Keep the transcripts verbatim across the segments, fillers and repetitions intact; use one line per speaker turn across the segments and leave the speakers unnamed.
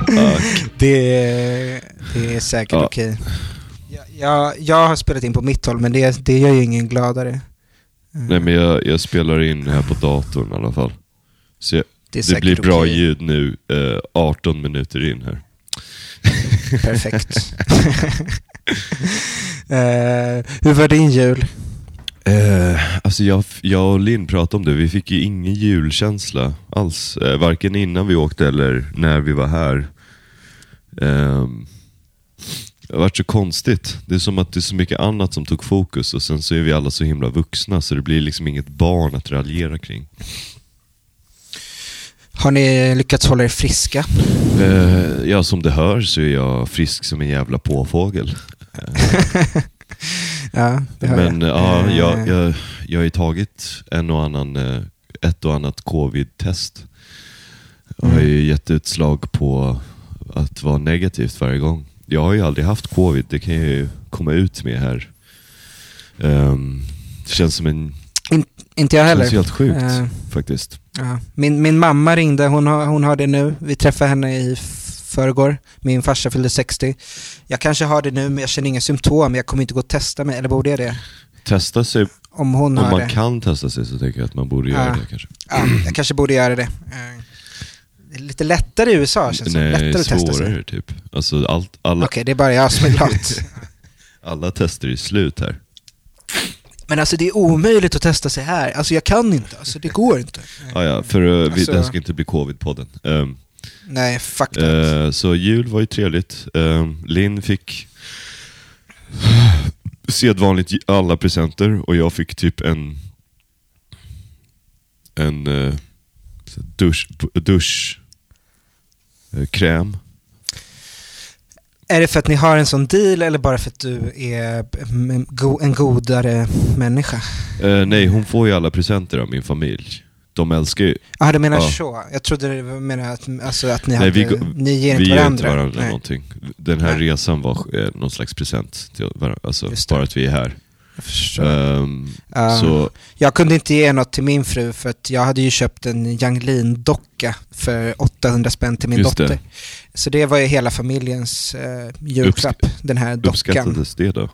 det, är, det är säkert ja. okej. Jag, jag, jag har spelat in på mitt håll, men det, det gör ju ingen gladare.
Nej, men jag, jag spelar in här på datorn i alla fall. Så jag, det, det blir bra okej. Ljud nu eh, arton minuter in här.
Perfekt. uh, hur var din jul?
Uh, alltså jag, jag och Linn pratade om det. Vi fick ju ingen julkänsla alls. Uh, varken innan vi åkte eller när vi var här. Uh, det har varit så konstigt. Det är som att det är så mycket annat som tog fokus. Och sen så är vi alla så himla vuxna. Så det blir liksom inget barn att raljera kring.
Har ni lyckats hålla er friska?
Uh, ja, som det hör så är jag frisk som en jävla påfågel. Uh.
Ja, det har
Men
jag.
ja, jag, jag, jag har ju tagit en och annan, ett och annat covid-test. Jag har ju gett utslag på att vara negativt varje gång. Jag har ju aldrig haft covid, det kan jag ju komma ut med här. Um, det känns som en...
In, inte jag heller.
Det känns helt sjukt, uh, faktiskt.
Ja. Min, min mamma ringde, hon har, hon har det nu. Vi träffade henne i förrgår. Min farsa fyllde sextio. Jag kanske har det nu, men jag känner inga symptom. Jag kommer inte gå och testa mig, eller borde jag det?
Testa sig.
Om hon
om
har
man
det.
kan testa sig så tänker jag att man borde göra
ja.
det kanske.
Ja, jag kanske borde göra det. Det är lite lättare i U S A, känns det. Lättare att testa sig.
Svårare typ. Alltså allt, alla...
Okej, okay, det är bara jag som är glad.
Alla tester är slut här.
Men alltså det är omöjligt att testa sig här. Alltså jag kan inte, alltså det går inte.
Ja, ja, för uh, vi,
alltså...
det här ska inte bli covid-podden. Um,
Nej, fuck that.
Uh, så jul var ju trevligt. Uh, Linn fick sedvanligt alla presenter och jag fick typ en en uh, dusch, dusch uh, kräm.
Är det för att ni har en sån deal eller bara för att du är en godare människa?
Uh, nej, hon får ju alla presenter av min familj. De älskar ju...
Ja, du menar
ja.
så. Jag trodde det menade att, alltså, att ni,
nej,
hade,
vi,
ni ger
vi
inte varandra.
Vi ger inte varandra
nej.
någonting. Den här nej. resan var eh, någon slags present till varandra. Alltså, bara att vi är här.
Jag förstår.
Um,
uh,
så...
Jag kunde inte ge något till min fru för att jag hade ju köpt en Yang Lin-docka för åttahundra spänn till min
Just
dotter.
det.
Så det var ju hela familjens eh, julklapp, Uppsk- den här dockan.
Uppskattades det då?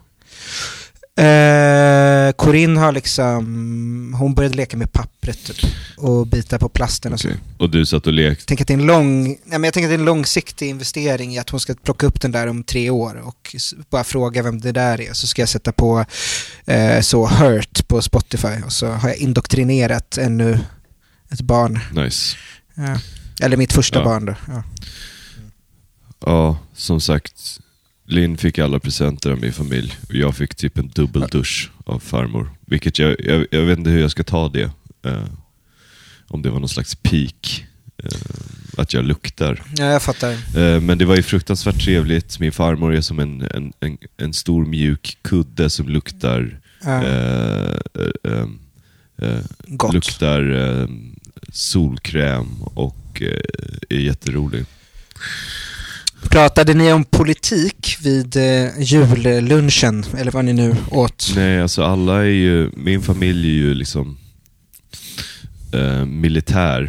Eh, Corinne har liksom, hon började leka med pappret typ, och bita på plasten och
okay.
så.
Och du satt och lekte?
Tänk att det är en lång, nej, men jag tänker att det är en långsiktig investering i att hon ska plocka upp den där om tre år och bara fråga vem det där är. Så ska jag sätta på eh, så Hurt på Spotify och så har jag indoktrinerat ännu ett barn.
Nice.
Ja. Eller mitt första
ja.
barn då. Ja.
Ja, som sagt, Linn fick alla presenter av min familj och jag fick typ en dubbeldusch av farmor. Vilket jag, jag, jag vet inte hur jag ska ta det. Uh, om det var någon slags peak. Uh, att jag luktar.
Ja, jag fattar.
Uh, men det var ju fruktansvärt trevligt. Min farmor är som en, en, en, en stor mjuk kudde som luktar...
Ja.
Uh, uh, uh,
Gott.
Luktar uh, solkräm och uh, är jätterolig.
Pratade ni om politik vid eh, jullunchen eller vad ni nu åt?
Nej, alltså alla är ju, min familj är ju liksom eh, militär.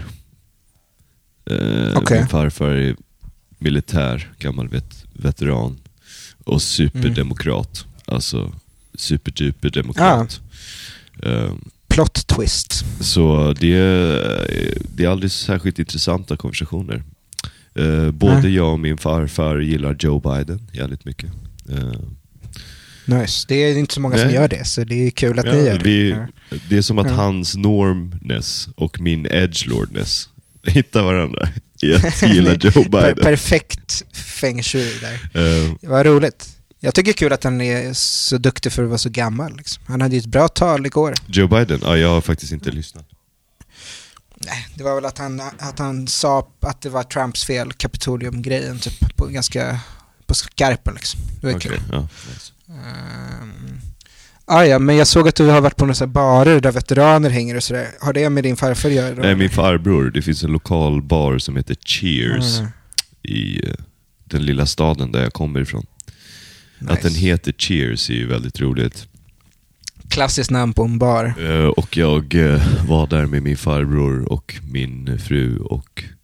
Eh,
okay.
Min farfar är militär, gammal vet, veteran och superdemokrat. Mm. Alltså superduper demokrat. Ah. Eh,
Plot twist.
Så det är, det är aldrig särskilt intressanta konversationer. Uh, både mm. jag och min farfar gillar Joe Biden jävligt mycket. Uh,
nice. Det är inte så många nej. som gör det, så det är kul att
ja,
ni gör
vi,
det.
Det är som att
ja.
hans normness och min edgelordness hittar varandra i att gilla Joe Biden.
Per- perfekt feng shui där.
Uh,
det var roligt. Jag tycker det är kul att han är så duktig för att vara så gammal. Liksom. Han hade ju ett bra tal igår.
Joe Biden? Ja, jag har faktiskt inte lyssnat.
Nej, det var väl att han, att han sa att det var Trumps fel, Kapitolium-grejen typ, på ganska på skarpen liksom. Det var
okay,
kul.
ja, nice.
um, ah, ja, men jag såg att du har varit på några barer där veteraner hänger och sådär. Har det med din farfar att göra?
Nej, min farbror. Det finns en lokal bar som heter Cheers
mm.
i uh, den lilla staden där jag kommer ifrån. Nice. Att den heter Cheers är ju väldigt roligt.
Klassiskt namn på en bar.
Uh, och jag uh, var där med min farbror och min fru och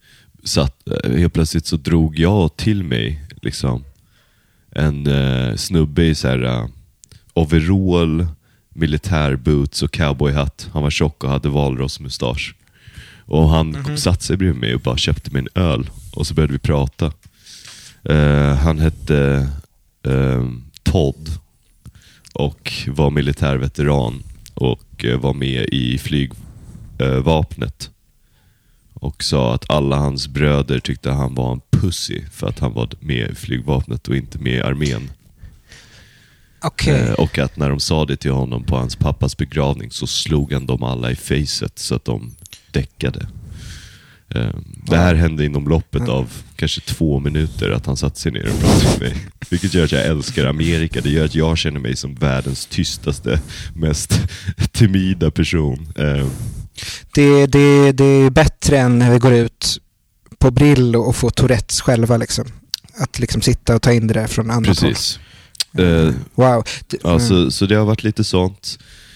satt, helt plötsligt så drog jag till mig liksom en uh, snubbe i så här uh, overall, militärboots och cowboyhatt. Han var tjock och hade valrossmustasch. Och han mm-hmm. satt sig bredvid mig och bara köpte mig en öl. Och så började vi prata. Uh, han hette uh, Todd och var militärveteran och uh, var med i flygvapnet. Uh, och sa att alla hans bröder tyckte han var en pussy för att han var med i flygvapnet och inte med i armén.
Okay.
Uh, och att när de sa det till honom på hans pappas begravning så slog han dem alla i facet så att de däckade. Uh, det här hände inom loppet av kanske två minuter att han satt sig ner och pratade med mig. Vilket gör att jag älskar Amerika. Det gör att jag känner mig som världens tystaste, mest timida person. Uh,
det, det, det är bättre än när vi går ut på Brillo och får Tourettes själva. Liksom. Att liksom sitta och ta in det där från andra håll.
Precis. Uh,
wow. Det,
ja, mm. så, så det har varit lite sånt.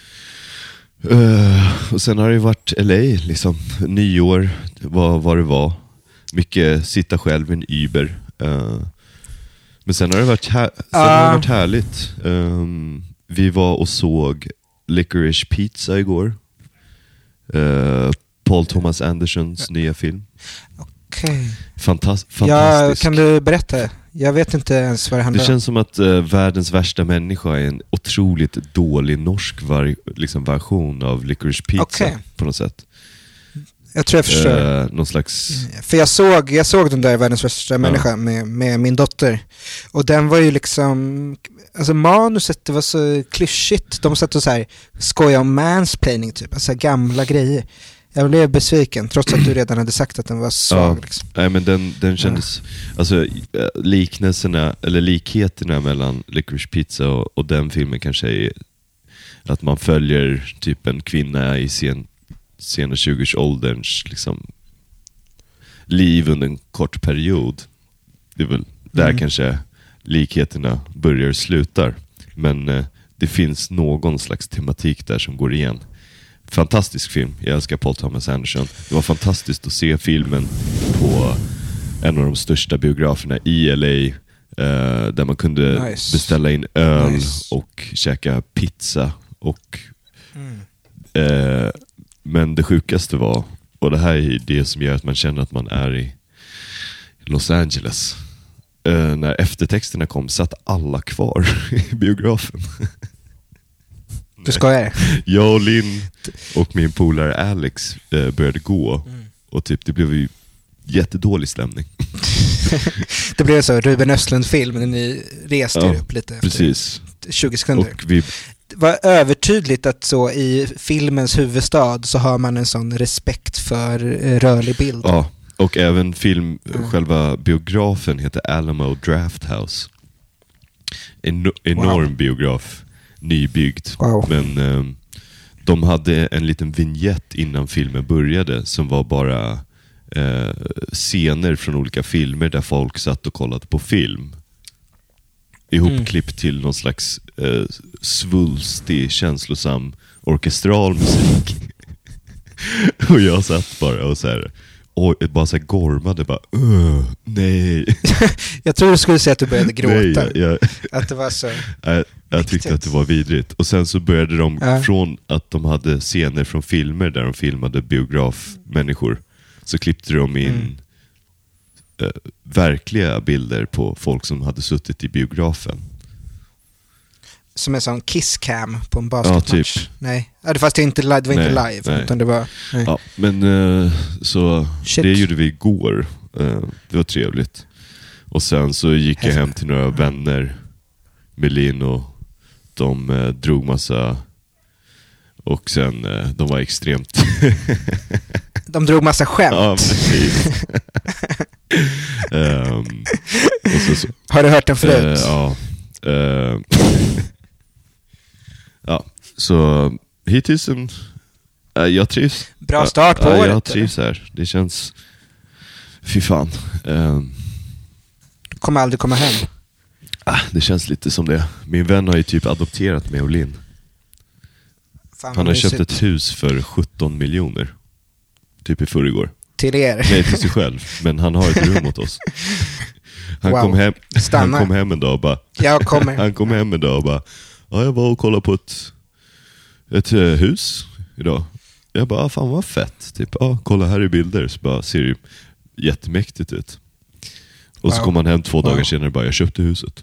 Uh, och sen har det varit L A liksom, nyår, vad, vad det var. Mycket sitta själv i en Uber. Uh, men sen har det varit, här, sen uh. har det varit härligt. Um, vi var och såg Licorice Pizza igår. Uh, Paul Thomas Andersons nya film.
Okej.
Fantas- fantastisk.
Ja, kan du berätta? Jag vet inte ens vad det handlar om.
Det känns som att uh, världens värsta människa är en otroligt dålig norsk var- liksom version av Licorice Pizza. Okay. På något sätt.
Jag tror jag förstår.
Uh, någon slags...
För jag såg, jag såg den där världens värsta ja. människa med, med min dotter. Och den var ju liksom... Alltså manuset, det var så klyschigt. De satt och så här skoja om mansplaining typ. Alltså gamla grejer. Jag blev besviken, trots att du redan hade sagt att den var svag.
Ja,
liksom.
Nej, men den, den kändes... Ja. Alltså, liknelserna, eller likheterna mellan Licorice Pizza och, och den filmen kanske är att man följer typ en kvinna i sen, sena tjugoårsålderns liksom, liv under en kort period. Det är väl där mm. kanske likheterna börjar och slutar. Men eh, det finns någon slags tematik där som går igen. Fantastisk film. Jag älskar Paul Thomas Anderson. Det var fantastiskt att se filmen på en av de största biograferna i L A eh, där man kunde nice. beställa in öl nice. och käka pizza och mm. eh, men det sjukaste var, och det här är det som gör att man känner att man är i Los Angeles. Eh, när eftertexterna kom satt alla kvar i biografen.
Du skojar?
Jag och Linn och min polare Alex eh, började gå mm. och typ det blev ju jättedålig stämning.
Det blev så Ruben Östlund-film när ni reste ja, upp lite efter
precis.
tjugo sekunder.
Och vi...
Det var övertydligt att så i filmens huvudstad så har man en sån respekt för rörlig bild.
Ja, och även film, mm. själva biografen heter Alamo Drafthouse. En enorm wow. biograf. Nybyggd.
Wow.
Men eh, de hade en liten vignett innan filmen började som var bara eh, scener från olika filmer där folk satt och kollade på film. Ihopklippt mm. till någon slags eh, svulstig, känslosam orkestral musik. Och jag satt bara och så här, och bara så här gormade bara, nej.
Jag tror du skulle säga att du började gråta.
Nej, jag, jag,
att det var så.
Jag, jag tyckte att det var vidrigt. Och sen så började de ja. från att de hade scener från filmer där de filmade biografmänniskor, så klippte de in mm. äh, verkliga bilder på folk som hade suttit i biografen.
Som en sån kisscam på en basketmatch.
Ja, typ.
Nej, ja, det fast det var inte live, det var nej, inte live nej. utan det var nej.
Ja, men uh, så Shit. det gjorde vi igår. Uh, det var trevligt. Och sen så gick jag hem till några vänner med Linn och de uh, drog massa och sen uh, de var extremt
de drog massa skämt.
Ja, precis. um, och så, så.
Har du hört den förut?
Uh, ja. Uh, Ja, så hittills en, äh, jag trivs.
Bra start på
äh,
året.
Jag trivs här. Det känns, fy fan. Um,
du kommer aldrig komma hem.
Ah, det känns lite som det. Min vän har ju typ adopterat mig och Linn. Han har mysigt. köpt ett hus för sjutton miljoner. Typ i förrgår.
till er?
Nej, till sig själv. Men han har ett rum åt oss. Han, wow. kom hem, han kom hem en dag och bara...
Jag kommer.
Han kom hem en dag och bara... Ja, jag var och kollade på ett, ett hus idag. Jag bara, fan vad fett. Typ, ja, kolla här i bilder. Så bara ser det jättemäktigt ut. Och wow. Så kom han hem två wow. dagar senare och bara, jag köpte huset.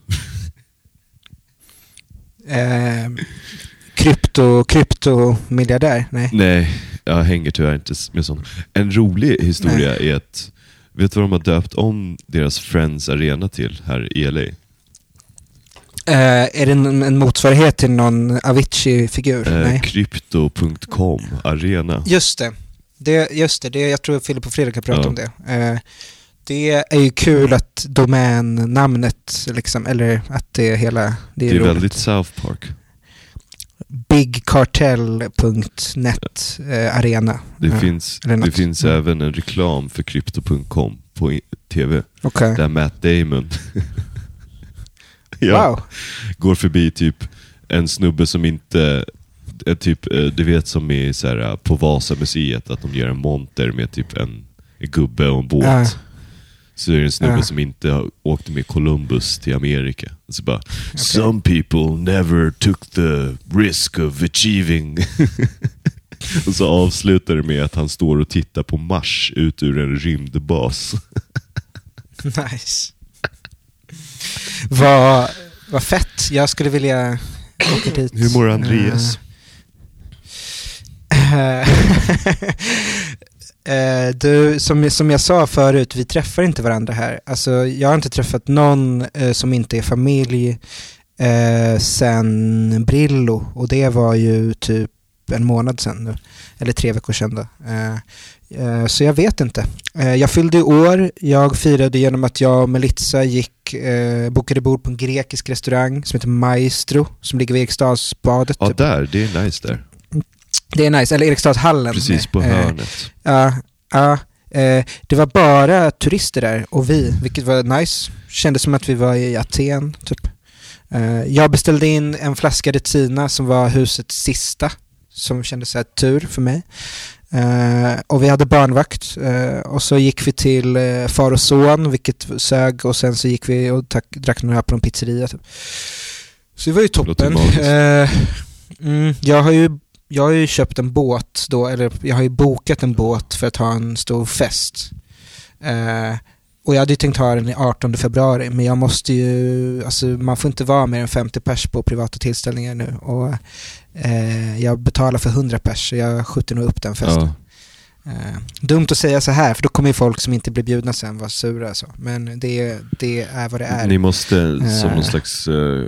Eh, krypto, krypto miljardär? Nej.
Nej, jag hänger tyvärr inte med sånt. En rolig historia Nej. är att, vet du vad de har döpt om deras Friends Arena till här i L A?
Uh, är det en, en motsvarighet till någon Avicii-figur? Uh, Nej.
Crypto punkt com Arena.
Just det. det, just det, det jag tror Filip och Fredrik har pratat ja. om det. Uh, det är ju kul att domännamnet, liksom, eller att det är hela... Det är,
det är väldigt South Park.
big cartel punkt net uh, Arena.
Det uh, finns, det finns mm. även en reklam för Crypto punkt com på i- tv.
Okay.
Där Matt Damon... Ja,
wow.
går förbi typ en snubbe som inte är typ, du vet som i så här, på Vasamuseet att de gör en monter med typ en, en gubbe och en båt. Uh. Så är det en snubbe uh. som inte har åkt med Columbus till Amerika. Så bara, okay. Some people never took the risk of achieving. Och så avslutar det med att han står och tittar på Mars ut ur en rymdbas.
Nice. Vad, vad fett. Jag skulle vilja åka dit.
Hur mår Andreas?
Uh, uh, du, som, som jag sa förut, vi träffar inte varandra här. Alltså, jag har inte träffat någon uh, som inte är familj uh, sen Brillo. Och det var ju typ en månad sedan nu. Eller tre veckor sedan då. Uh, uh, så jag vet inte. Uh, jag fyllde i år. Jag firade genom att jag och Melitza gick, uh, bokade bord på en grekisk restaurang som heter Maestro, som ligger vid Eriksdalsbadet.
Ja,
typ.
Där. Det är nice där.
Det är nice. Eller Eriksdalshallen.
Precis på hörnet.
Ja, uh, uh, uh, det var bara turister där och vi, vilket var nice. Kändes som att vi var i Aten, typ. Uh, jag beställde in en flaska Retina som var husets sista, som kändes så här tur för mig. Uh, och vi hade barnvakt. Uh, och så gick vi till uh, far och son, vilket sög. Och sen så gick vi och tack, drack några på en pizzeria. Typ. Så det var ju toppen. Uh, mm, jag har ju jag har ju köpt en båt då, eller jag har ju bokat en båt för att ha en stor fest. Uh, och jag hade ju tänkt ha den i artonde februari, men jag måste ju, alltså man får inte vara mer än femtio pers på privata tillställningar nu. Och eh, jag betalar för hundra pers, så jag skjuter nog upp den festen. Ja. Eh, dumt att säga så här, för då kommer ju folk som inte blir bjudna sen vara sura. Så. Men det, det är vad det är.
Ni måste som uh, någon slags uh,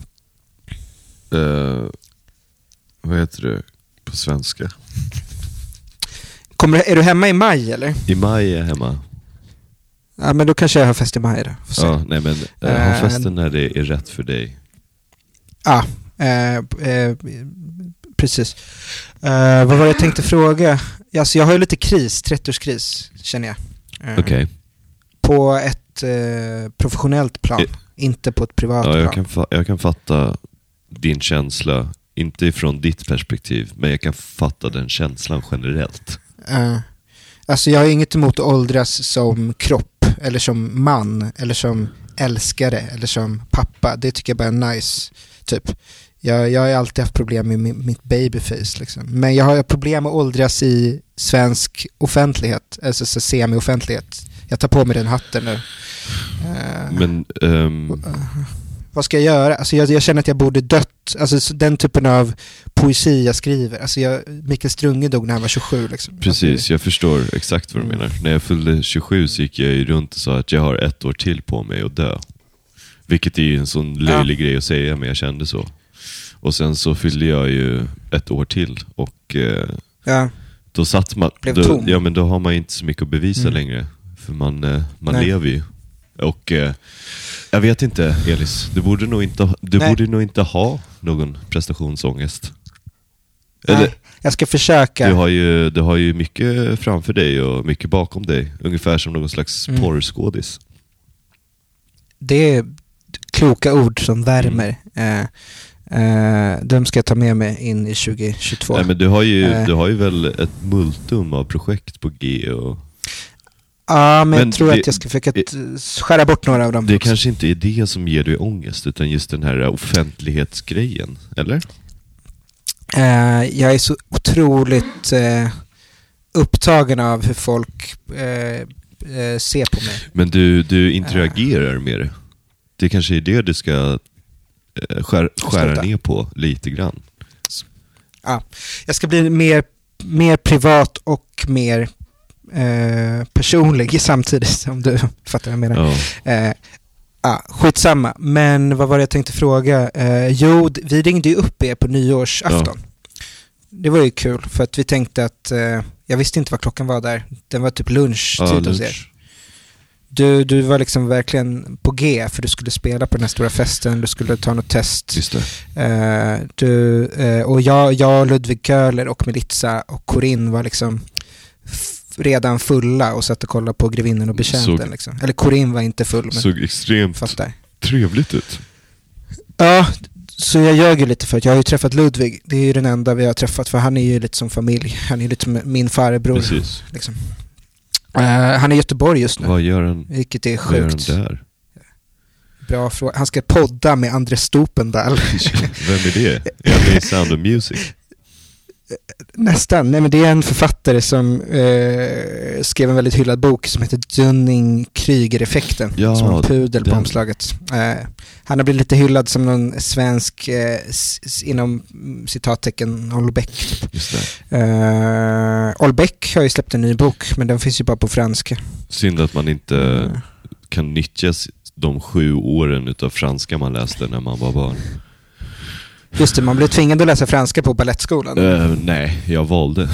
uh, vad heter det på svenska?
Kommer, är du hemma i maj eller?
I maj är jag hemma.
Ja, men då kanske jag har fest i maj då.
Ja, nej men uh, ha festen när det är rätt för dig.
Ja, eh, eh, precis. Eh, vad var det jag tänkte fråga? Alltså, jag har ju lite kris, trettioårskris känner jag. Eh,
Okej. Okay.
På ett eh, professionellt plan, I, inte på ett privat
ja,
plan.
Jag kan, fa- jag kan fatta din känsla, inte ifrån ditt perspektiv, men jag kan fatta den känslan generellt.
Uh, alltså jag har inget emot att åldras som kropp, eller som man, eller som älskare, eller som pappa. Det tycker jag bara är nice, typ. Jag, jag har alltid haft problem med min, mitt babyface liksom. Men jag har problem att åldras i svensk offentlighet, alltså så semi-offentlighet. Jag tar på mig den hatten nu. Uh,
men um...
uh, vad ska jag göra? Alltså jag, jag känner att jag borde dött. Alltså den typen av poesi jag skriver. Alltså jag, Mikael Strunge dog när han var tjugosju. Liksom.
Precis,
alltså,
jag förstår exakt vad du
mm.
menar. När jag fyllde tjugosju så gick jag ju runt och sa att jag har ett år till på mig att dö. Vilket är ju en sån löjlig ja. grej att säga, men jag kände så. Och sen så fyllde jag ju ett år till. Och eh,
ja.
då satt man... Då, ja, men då har man inte så mycket att bevisa mm. längre. För man, eh, man lever ju. Och eh, jag vet inte, Elis, du borde nog inte, du borde nog inte ha någon prestationsångest.
Eller, nej, jag ska försöka.
Du har, ju, du har ju mycket framför dig och mycket bakom dig. Ungefär som någon slags mm. porrskådis.
Det är kloka ord som värmer. Mm. Eh, eh, de ska jag ta med mig in i tjugo tjugotvå.
Nej, men du har ju, eh. du har ju väl ett multum av projekt på G och...
Ja, men,
Men
jag tror
det-
att jag ska försöka t- skära bort några av dem.
Det
också.
kanske inte är det som ger dig ångest, utan just den här offentlighetsgrejen, eller?
Eh, jag är så otroligt eh, upptagen av hur folk eh, eh, ser på mig.
Men du, du interagerar med det. Det kanske är det du ska eh, skär, skära
Sluta.
ner på lite grann.
Ja, jag ska bli mer, mer privat och mer eh, personlig samtidigt, om du fattar vad jag menar.
Ja.
Eh, ah, skitsamma, men vad var det jag tänkte fråga? Eh, jo, d- vi ringde ju upp er på nyårsafton. Det var ju kul, för att vi tänkte att eh, jag visste inte vad klockan var där. Den var typ lunchtid
Ja,
hos er.
lunch.
Du, du var liksom verkligen på G, för du skulle spela på den här stora festen, du skulle ta något test.
Just det.
Eh, du, eh, och jag, jag, Ludvig Köhler och Melitza och Corinne var liksom f- redan fulla och satt och kollade på Grevinnen och betjänten.
Såg-
Liksom. Eller Corinne var inte full, men
Såg extremt
fattar.
trevligt ut.
Ja, så jag ljög ju lite för att jag har ju träffat Ludvig. Det är ju den enda vi har träffat, för han är ju lite som familj. Han är ju lite som min farbror.
Precis.
Liksom. Uh, han är i Göteborg just nu,
Vad gör han,
vilket är
vad gör
sjukt.
han där?
Bra fråga. Han ska podda med Andres Stopendal.
Vem är det? Är han med i Sound of Music?
Nästan. Nej, men det är en författare som eh, skrev en väldigt hyllad bok som heter Dunning-Kruger-effekten.
Ja,
som har en pudel på
den.
omslaget. Eh, han har blivit lite hyllad som någon svensk eh, s- s- inom mm, citattecken Olbeck. Typ.
Just det.
Eh, Olbeck har ju släppt en ny bok, men den finns ju bara på franska.
Synd att man inte
Mm.
kan nyttja de sju åren utav franska man läste när man var barn.
Just det, man blev tvingad att läsa franska på balettskolan.
Uh, nej, jag valde.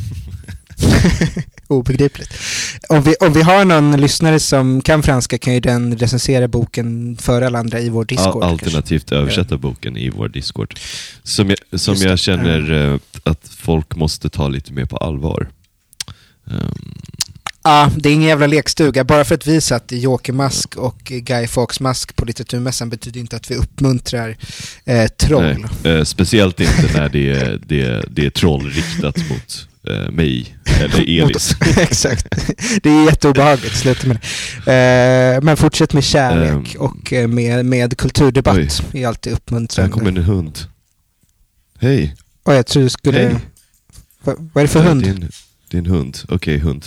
Obegripligt. Om vi, om vi har någon lyssnare som kan franska, kan ju den recensera boken för alla andra i vår Discord.
Al- alternativt översätta boken i vår Discord. Som jag, som
Just det.
jag känner uh, att folk måste ta lite mer på allvar. Um,
Ja, det är ingen jävla lekstuga. Bara för att vi satt i Jokermask och Guy Fawkes-mask på litteraturmässan betyder inte att vi uppmuntrar eh, troll.
nej, uh, speciellt inte när det är, det, är, det är troll riktat mot uh, mig eller Elis.
Exakt. Det är jätteobehagligt. Sluta med det. Eh, men fortsätt med kärlek
Um,
och eh, med, med kulturdebatt.
oj.
är alltid
Här
uppmuntrande.
kommer en hund. Hej.
Oj, jag tror du skulle...
Hej.
Va, vad är det för
Uh,
hund?
Det är en, det är en hund. Okej, okay, hund.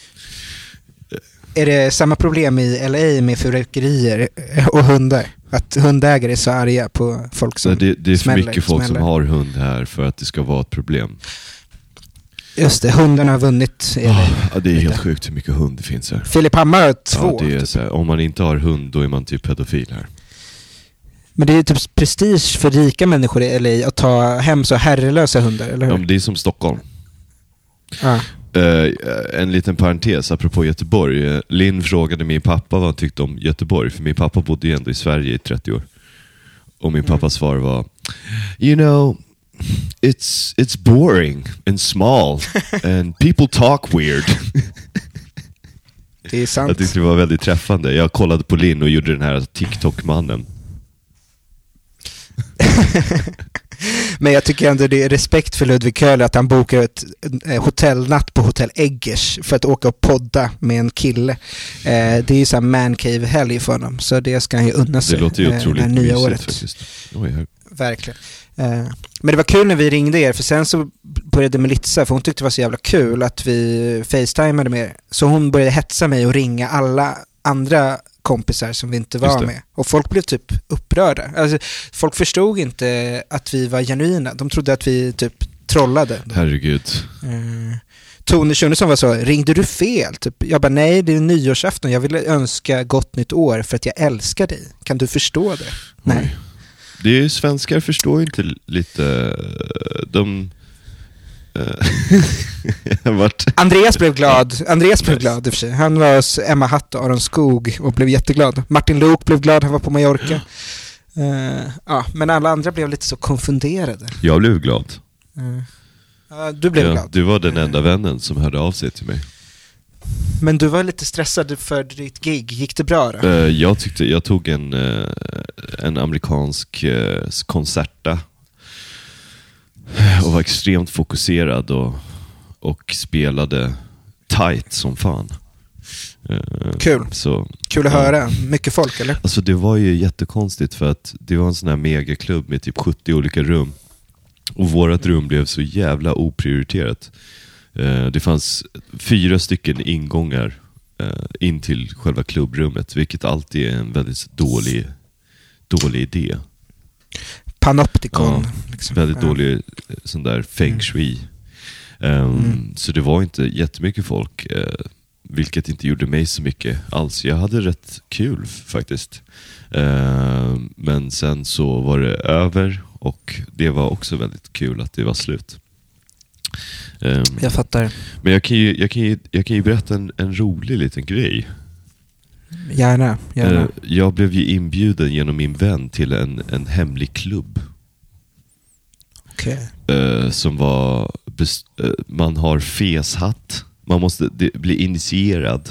Är det samma problem i L A med fyrverkerier och hundar? Att hundägare är så arga på folk som
Så det, det är för
smäller,
mycket folk
smäller.
som har hund här för att det ska vara ett problem.
Just det, hundarna har vunnit i L A.
Oh, ja, det är helt sjukt hur mycket hund det finns här.
Filip Hammar har två.
Ja, det är så här, om man inte har hund, då är man typ pedofil här.
Men det är typ prestige för rika människor i L A att ta hem så herrelösa hundar, eller hur?
Ja, men det är som Stockholm.
Ja.
Uh, en liten parentes apropå Göteborg. Uh, Linn frågade min pappa vad han tyckte om Göteborg, för min pappa bodde ju ändå i Sverige i trettio år. Och min pappas svar var, you know, it's, it's boring and small and people talk weird.
Det är sant.
Jag tyckte det var väldigt träffande. Jag kollade på Linn och gjorde den här TikTok-mannen.
Men jag tycker ändå det är respekt för Ludvig Köhler att han bokar ett eh, hotellnatt på Hotell Eggers för att åka och podda med en kille. Eh, det är ju såhär mancave-helg för honom, så det ska han ju unna sig.
Det låter ju
eh,
otroligt
det här nya
mysigt
året.
faktiskt. Oj, här.
Verkligen. Eh, men det var kul när vi ringde er, för sen så började Melitza, för hon tyckte det var så jävla kul att vi facetimade med er. Så hon började hetsa mig och ringa alla andra kompisar som vi inte
Just
var
det.
med. Och folk blev typ upprörda. Alltså, folk förstod inte att vi var genuina. De trodde att vi typ trollade.
Herregud.
Eh, Tone Schunnesson var så, ringde du fel? Typ, jag bara, nej, det är nyårsafton. Jag ville önska gott nytt år för att jag älskar dig. Kan du förstå det? Nej.
Oj. Det är ju, svenskar förstår ju inte lite, de... eh, vart...
Andreas blev glad. Andreas blev glad i och för sig. Han var hos Emma Hatt och Aron Skog och blev jätteglad. Martin Luuk blev glad, han var på Mallorca. Uh, ja, men alla andra blev lite så konfunderade.
Jag blev glad.
Uh, uh, du blev
Ja,
glad.
du var den enda vännen som hörde av sig till mig.
Men du var lite stressad för ditt gig. Gick det bra då?
Eh, jag tyckte, jag tog en, eh, en amerikansk eh, konserta och var extremt fokuserad och, och spelade tight som fan. Uh,
Kul.
Så,
Kul att
ja.
höra. Mycket folk, eller?
Alltså det var ju jättekonstigt för att det var en sån här megaklubb med typ sjuttio olika rum. Och vårat rum blev så jävla oprioriterat. Uh, det fanns fyra stycken ingångar uh, in till själva klubbrummet, vilket alltid är en väldigt dålig, dålig idé.
Panoptikon.
Ja,
liksom.
väldigt
Ja.
dålig sån där feng shui. Um, mm. Så det var inte jättemycket folk, uh, vilket inte gjorde mig så mycket alls. Jag hade rätt kul faktiskt. Uh, men sen så var det över och det var också väldigt kul att det var slut. Um,
Jag fattar.
men jag kan ju, jag kan ju, jag kan ju berätta en, en rolig liten grej.
Gärna, gärna.
Uh, jag blev ju inbjuden genom min vän till en, en hemlig klubb.
Okay.
Uh, som var best- uh, man har feshatt. Man måste det, bli initierad.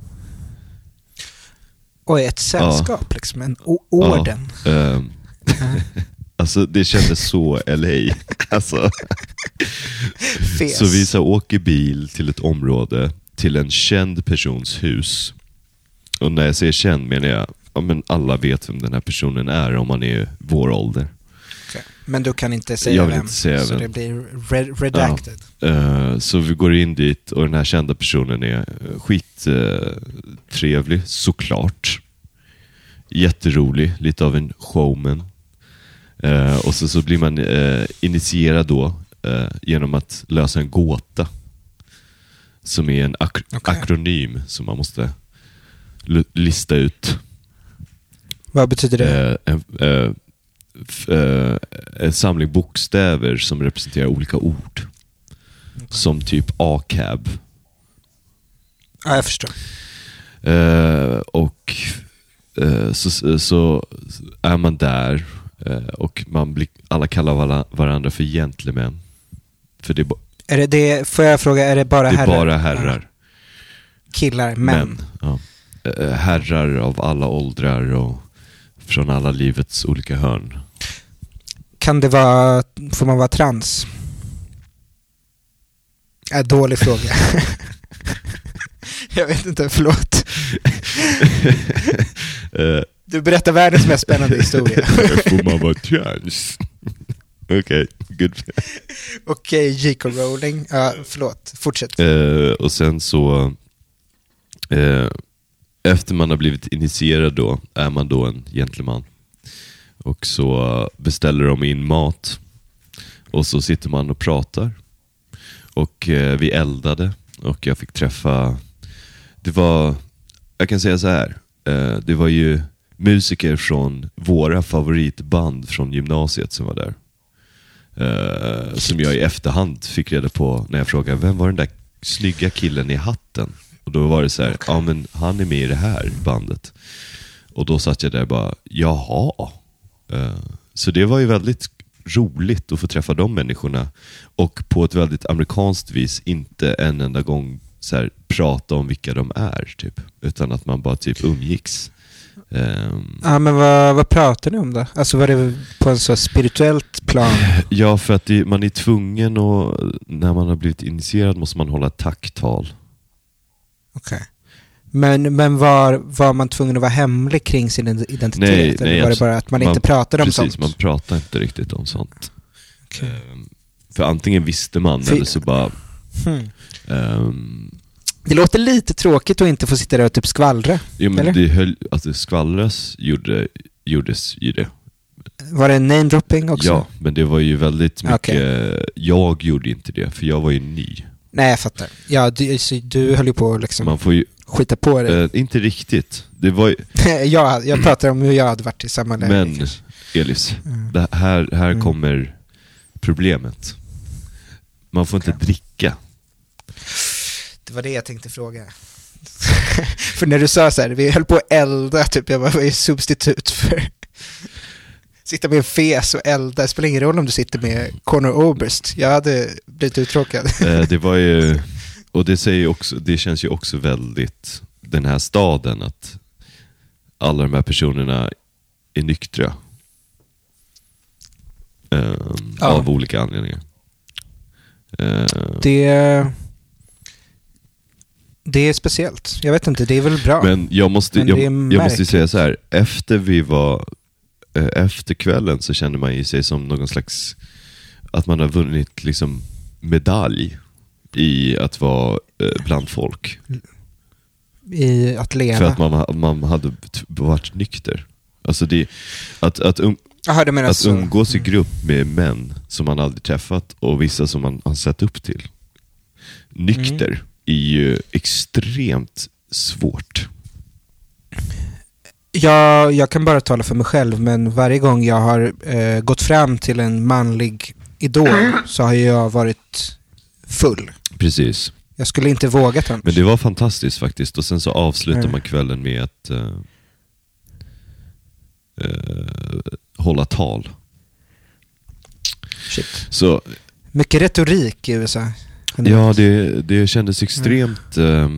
Oj, ett sällskap ja. liksom, en o- orden.
Ja, um, alltså det kändes så L A. Alltså. Så vi så åker bil till ett område, till en känd persons hus. Och när jag säger känd menar jag, ja, men alla vet vem den här personen är om man är vår ålder.
Okay. Men du kan inte säga
jag vill
vem,
inte säga
så
vem.
det blir re- redacted.
Ja. Uh, så vi går in dit och den här kända personen är skit uh, trevlig, såklart. Jätterolig, lite av en showman. Uh, och så, så blir man uh, initierad då uh, genom att lösa en gåta. Som är en ak-
okay.
akronym som man måste l- lista ut.
Vad betyder det?
Uh, uh, uh, f- uh, en samling bokstäver som representerar olika ord. Okay. Som typ A-cab.
Ja, jag förstår.
Uh, och uh, så, så är man där uh, och man blir, alla kallar varandra, varandra för gentlemän. För det är, bo-
är det det, får jag fråga, är det bara
det är
herrar?
bara herrar.
Ja. Killar, män.
män ja. uh, herrar av alla åldrar och från alla livets olika hörn.
Kan det vara, får man vara trans? Äh, dålig fråga. Jag vet inte, förlåt.
uh,
du berättar världens mest spännande historia.
Får man vara trans? Okej, okay, good.
Okej, okay, J K Rowling. Ja, förlåt, fortsätt.
Uh, och sen så uh, efter man har blivit initierad då är man då en gentleman. Och så beställer de in mat. Och så sitter man och pratar. Och uh, vi eldade. Och jag fick träffa... Det var... Jag kan säga så här. Uh, det var ju musiker från våra favoritband från gymnasiet som var där. Uh, som jag i efterhand fick reda på när jag frågade vem var den där snygga killen i hatten. Och då var det så här, okay. Ja men han är med i det här bandet. Och då satt jag där bara, jaha. Uh, så det var ju väldigt roligt att få träffa de människorna. Och på ett väldigt amerikanskt vis inte en enda gång så här, prata om vilka de är typ. Utan att man bara typ umgicks. Um,
ja, men vad, vad pratar ni om då? Alltså var det på en så spirituellt plan?
Ja, för att det, man är tvungen och när man har blivit initierad måste man hålla ett tacktal.
Okej. Okay. Men, men var, var man tvungen att vara hemlig kring sin identitet?
Nej,
eller
nej,
var det bara att man, man inte pratade om
precis,
sånt?
Precis, man pratar inte riktigt om sånt.
Okay.
Um, för antingen visste man för... eller så bara...
Hmm.
Um,
det låter lite tråkigt att inte få sitta där och typ skvallra.
Jo, men
eller?
det höll, att det skvallras gjorde, gjordes ju det.
Var det name-dropping också?
Ja, men det var ju väldigt mycket...
Okay.
Jag gjorde inte det, för jag var ju ny.
Nej, jag fattar. Ja, du, du höll ju på liksom...
Man får ju...
skita på det.
Uh, inte riktigt. Det var ju...
jag, jag pratar om hur jag hade varit i samma läge.
Men, Elis, mm. det här, här mm. kommer problemet. Man får okay. inte dricka.
Det var det jag tänkte fråga. För när du sa så här, vi höll på att elda, typ, jag var, var ju substitut för sitta med en fes och elda. Det spelar ingen roll om du sitter med Conor Oberst. Jag hade blivit uttråkad.
uh, det var ju... Och det säger också, det känns ju också väldigt den här staden att alla de här personerna är nyktra. Um, ja. Av olika anledningar. Uh,
det Det är speciellt. Jag vet inte, det är väl bra.
Men jag måste,
Men
jag,
jag
måste säga så här. Efter vi var efter kvällen så kände man ju sig som någon slags, att man har vunnit liksom medalj i att vara bland folk.
I att leva.
För att man, man hade varit nykter. Alltså det, att, att, um,
Aha, du menar
att
så.
umgås i grupp med män som man aldrig träffat och vissa som man har sett upp till. Nykter mm. är ju extremt svårt.
Ja, jag kan bara tala för mig själv, men varje gång jag har eh, gått fram till en manlig idol så har jag varit full.
Precis.
Jag skulle inte våga ta.
Men det var fantastiskt faktiskt. Och sen så avslutar
mm.
man kvällen med att uh, uh, hålla tal.
Shit.
Så,
mycket retorik i U S A.
Ja, det, det kändes extremt... Uh,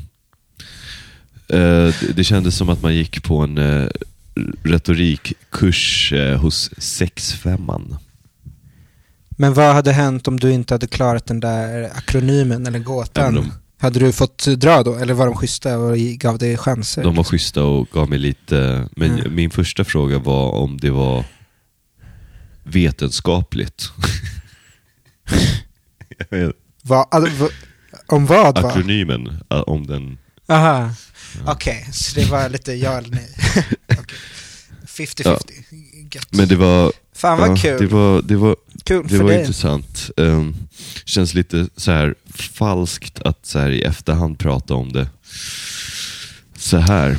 uh, det, det kändes som att man gick på en uh, retorikkurs uh, hos sexfemman.
Men vad hade hänt om du inte hade klarat den där akronymen eller gåtan? De, hade du fått dra då? Eller var de schyssta och gav dig chanser?
De var schyssta och gav mig lite... Men mm. min första fråga var om det var vetenskapligt.
Va, alltså, om vad var?
Akronymen, om den...
Aha, ja. Okej. Okay. Så det var lite ja eller nej. Okay. femtio femtio. Ja.
Men det var...
Fan vad
ja,
kul.
Det var, det var,
kul
det var
dig.
intressant. Um, känns lite så här falskt att så här i efterhand prata om det. Så här.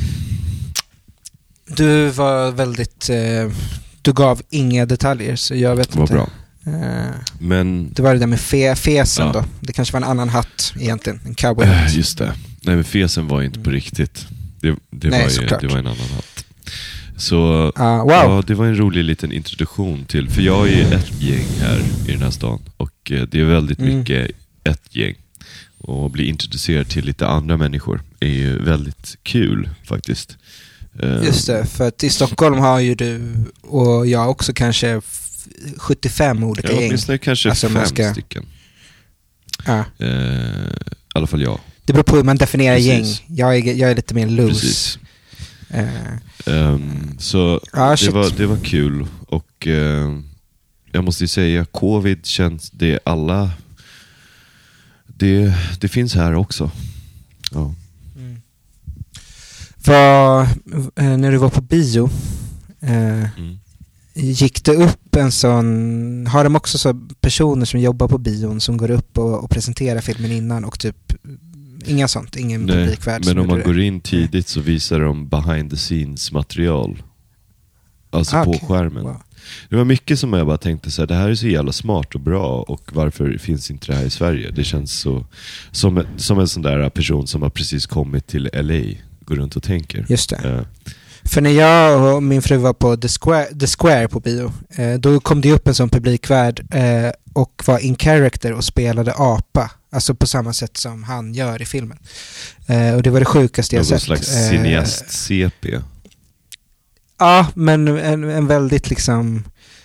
Du var väldigt... Eh, du gav inga detaljer, så jag vet
det var
inte.
Bra.
Uh,
men
det var det där med fe, fesen ja. Då. Det kanske var en annan hatt egentligen. En cowboyhatt.
Uh, just det. Nej, men fesen var inte på riktigt. Det, det,
Nej,
var, ju, det var en annan hatt. Så
uh, wow.
ja, det var en rolig liten introduktion till, för jag är ju ett gäng här i den här stan och eh, det är väldigt mm. mycket ett gäng, och bli introducerad till lite andra människor är ju väldigt kul faktiskt.
Just det, för att i Stockholm har ju du och jag också kanske sjuttiofem olika
ja,
gäng.
Åtminstone kanske alltså fem ska... stycken.
Ja.
Eh, I alla fall jag.
Det beror på hur man definierar Precis. Gäng. Jag är, jag är lite mer loose.
Precis.
Uh,
um, så
ah,
det, var, det var kul. Och uh, jag måste ju säga, covid känns det alla det, det finns här också. Ja.
Mm. Var, eh, när du var på bio eh, mm. gick det upp en sån, har de också så personer som jobbar på bion som går upp och, och presenterar filmen innan och typ inga sånt, ingen publikvärld.
Men om man går in tidigt så visar de behind the scenes material. Alltså ah, på okay. skärmen. Wow. Det var mycket som jag bara tänkte så här, det här är så jävla smart och bra, och varför finns inte det här i Sverige? Det känns så som, som en sån där person som har precis kommit till L A går runt och tänker.
Just det. Uh. För när jag och min fru var på The Square, The Square på bio, eh, då kom det upp en sån publikvärd eh, och var in character och spelade apa. Alltså på samma sätt som han gör i filmen. Eh, och det var det sjukaste jag
Någon
sett.
Någon slags cineast-C P.
Ja, men en, en väldigt liksom...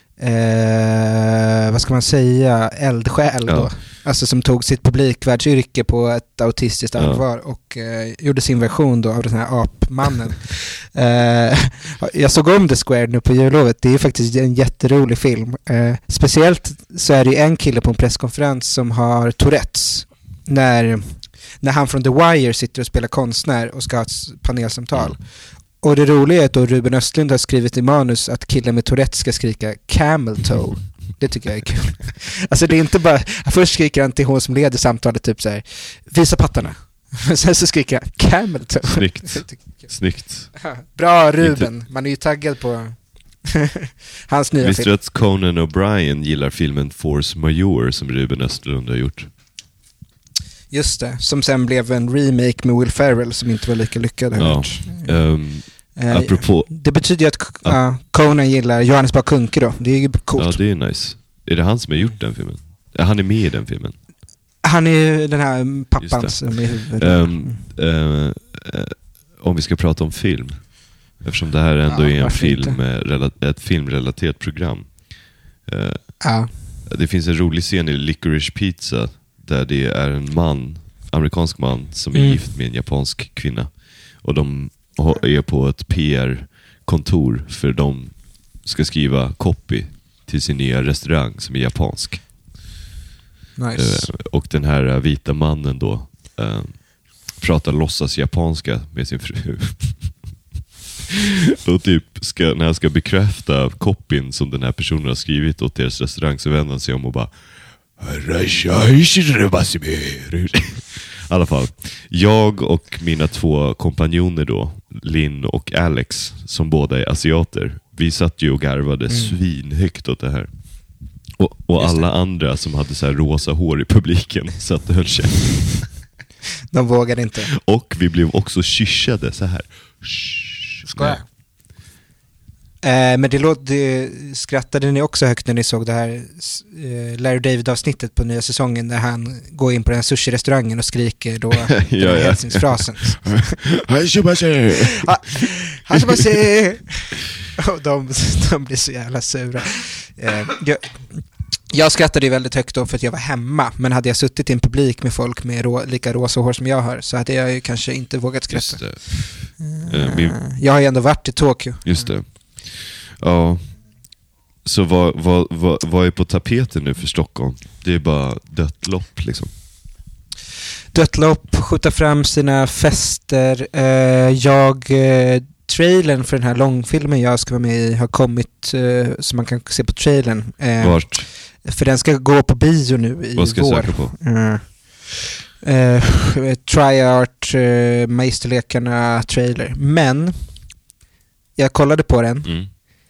Eh, vad ska man säga? Eldsjäl då. Ja. Alltså som tog sitt publikvärdsyrke på ett autistiskt allvar ja. och eh, gjorde sin version då av den här apmannen. eh, jag såg om The Square nu på jullovet. Det är faktiskt en jätterolig film. Eh, speciellt så är det en kille på en presskonferens som har Tourettes. När, när han från The Wire sitter och spelar konstnär och ska ha ett panelsamtal. Mm. Och det roliga är att då Ruben Östlund har skrivit i manus att killen med Tourette ska skrika camel toe. Det tycker jag är kul. Alltså det är inte bara... Först skriker han till hon som leder samtalet typ så här: visa pattarna. Sen så skriker han camel toe.
Snyggt. Snyggt.
Bra Ruben. Man är ju taggad på hans nya
Visste
film.
du att Conan O'Brien gillar filmen Force Majeure som Ruben Östlund har gjort?
Just det, som sen blev en remake med Will Ferrell som inte var lika lyckad.
Ja. Um, uh, apropå...
Det betyder ju att uh, uh, Conan gillar Johannes Bah Kuhnke då. Det är ju coolt.
Ja, det är nice. Är det han som har gjort den filmen? Han är med i den filmen.
Han är ju den här pappan som är huvudet.
Um, uh, uh, om vi ska prata om film. Eftersom det här ändå ja, är en film, ett filmrelaterat program. Uh,
ja.
Det finns en rolig scen i Licorice Pizza där det är en man amerikansk man som är
Mm.
gift med en japansk kvinna. Och de är på ett P R-kontor för de ska skriva copy till sin nya restaurang som är japansk.
Nice.
Eh, och den här vita mannen då eh, pratar låtsas japanska med sin fru. Och typ ska, när han ska bekräfta copyn som den här personen har skrivit åt deras restaurang, så vänder han sig om och bara i alla fall, jag och mina två kompanjoner då, Lynn och Alex, som båda är asiater, vi satt ju och garvade mm. svinhögt åt det här. Och, och alla andra som hade så här rosa hår i publiken satt och höll sig.
De vågade inte.
Och vi blev också kyssade så här.
Ska jag? Eh, men det låter, skrattade ni också högt när ni såg det här eh, Larry David-avsnittet på nya säsongen där han går in på den här sushi-restaurangen och skriker då
ja,
den här
ja.
hälsningsfrasen.
Hashibase!
Hashibase! Och de, de blir så jävla sura. Eh, jag, jag skrattade ju väldigt högt då för att jag var hemma, men hade jag suttit i en publik med folk med rå, lika rosa hår som jag har, så hade jag ju kanske inte vågat skratta.
Just det.
Eh,
min...
Jag har ju ändå varit i Tokyo.
Just det. Ja. Så vad, vad, vad, vad är på tapeten nu för Stockholm? Det är bara dött lopp liksom.
Dött lopp, skjuta fram sina fester. Eh, jag... Eh, trailern för den här långfilmen jag ska vara med i har kommit, eh, som man kan se på trailern. Eh,
Vart?
För den ska gå på bio nu i
Vad ska
vår.
jag söka på?
Uh, uh, Tri-Art, uh, Mästerlekarna trailer. Men jag kollade på den.
Mm.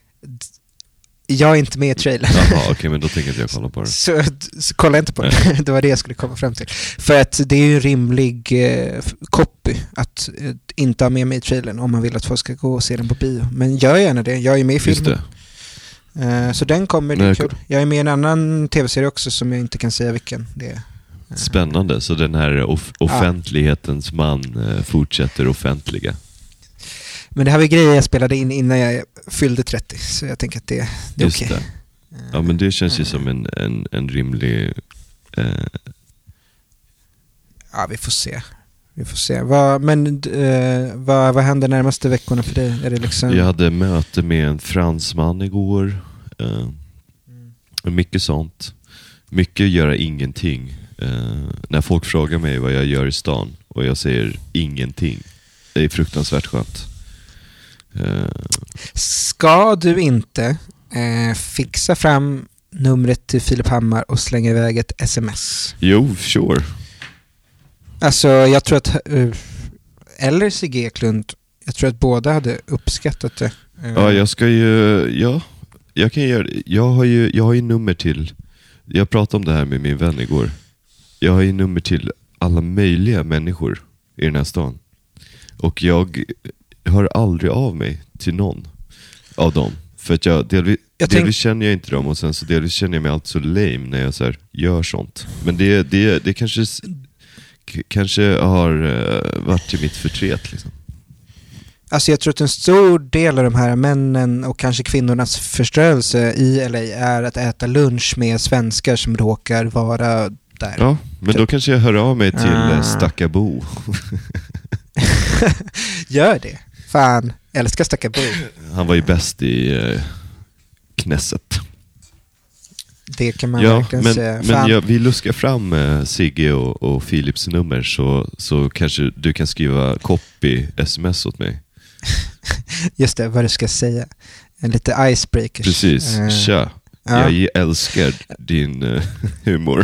Jag är inte med i trailern.
Jaha, okej, okay, men då tänker inte jag kolla på den.
Så, så kolla inte på den. Det var det jag skulle komma fram till. För att det är ju en rimlig eh, copy att eh, inte ha med mig i trailern om man vill att folk ska gå och se den på bio. Men gör gärna det. Jag är med i filmen. Uh, så den kommer, det är kul. Jag är med i en annan tv-serie också som jag inte kan säga vilken det är. Uh,
Spännande, så den här off- offentlighetens ja. man uh, fortsätter offentliga.
Men det här var grejer jag spelade in innan jag fyllde trettio, så jag tänker att det, det är okej. Okay.
Ja, men det känns ju uh, som en, en, en rimlig... Uh...
Ja, vi får se. Vi får se. Vad, men uh, vad, vad händer närmaste veckorna för dig? Är det liksom...
Jag hade möte med en fransman igår. Uh, mm. Mycket sånt. Mycket göra ingenting. Uh, när folk frågar mig vad jag gör i stan och jag säger ingenting. Det är fruktansvärt skönt. Uh.
Ska du inte uh, fixa fram numret till Filip Hammar och slänga iväg ett sms?
Jo, sure.
Alltså, jag tror att uh, eller Sigge Eklund, jag tror att båda hade uppskattat det. Uh.
Ja, jag ska ju, ja, jag kan göra det. Jag har ju, jag har ju nummer till, jag pratade om det här med min vän igår. Jag har ju nummer till alla möjliga människor i den här stan. Och jag hör aldrig av mig till någon av dem. För att jag, delvis, jag tänk... delvis känner jag inte dem, och sen så delvis känner jag mig alltid så lame när jag så här gör sånt. Men det, det, det kanske... kanske har uh, varit till mitt förtret liksom.
Alltså jag tror att en stor del av de här männen och kanske kvinnornas förstörelse i L A är att äta lunch med svenskar som råkar vara där.
Ja, men typ. Då kanske jag hör av mig till ah. Stackabo.
Gör det. Fan, älskar Stackabo.
Han var ju bäst i uh, Knesset.
Det kan man
ja,
verkligen
men,
säga.
Men jag, vi luskar fram uh, Sigge och, och Philips nummer, så, så kanske du kan skriva copy sms åt mig.
Just det, vad du ska säga. En lite icebreakers.
Precis, uh, tja. Ja. Jag älskar din uh, humor.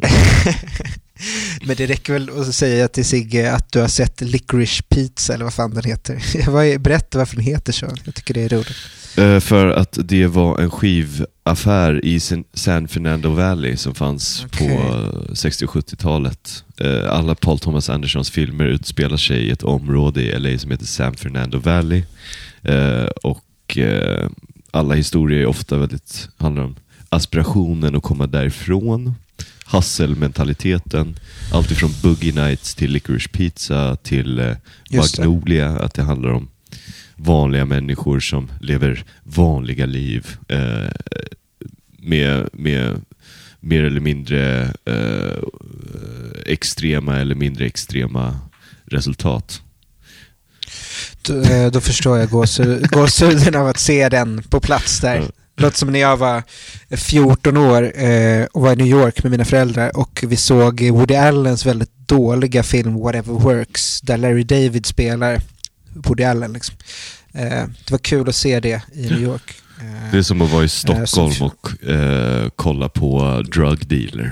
Men
det räcker väl att säga till Sigge att du har sett Licorice Pizza, eller vad fan den heter. Berätta varför den heter så. Jag tycker det är roligt.
Uh, för att det var en skivaffär i San Fernando Valley som fanns okay. på sextio- och sjuttiotalet. Uh, alla Paul Thomas Andersons filmer utspelar sig i ett område i L A som heter San Fernando Valley. Uh, och uh, alla historier är ofta väldigt, handlar om aspirationen att komma därifrån, hustle-mentaliteten, allt ifrån Boogie Nights till Licorice Pizza till uh, Magnolia, att det handlar om vanliga människor som lever vanliga liv eh, med, med, mer eller mindre eh, extrema eller mindre extrema resultat.
Då, eh, då förstår jag gåshud, gåshuden av att se den på plats där.
Ja.
Låt som när jag var fjorton år eh, och var i New York med mina föräldrar och vi såg Woody Allens väldigt dåliga film Whatever Works där Larry David spelar Woody Allen liksom. Eh, det var kul att se det i New York. Eh,
Det är som att vara i Stockholm
eh,
och eh, kolla på Drug Dealer.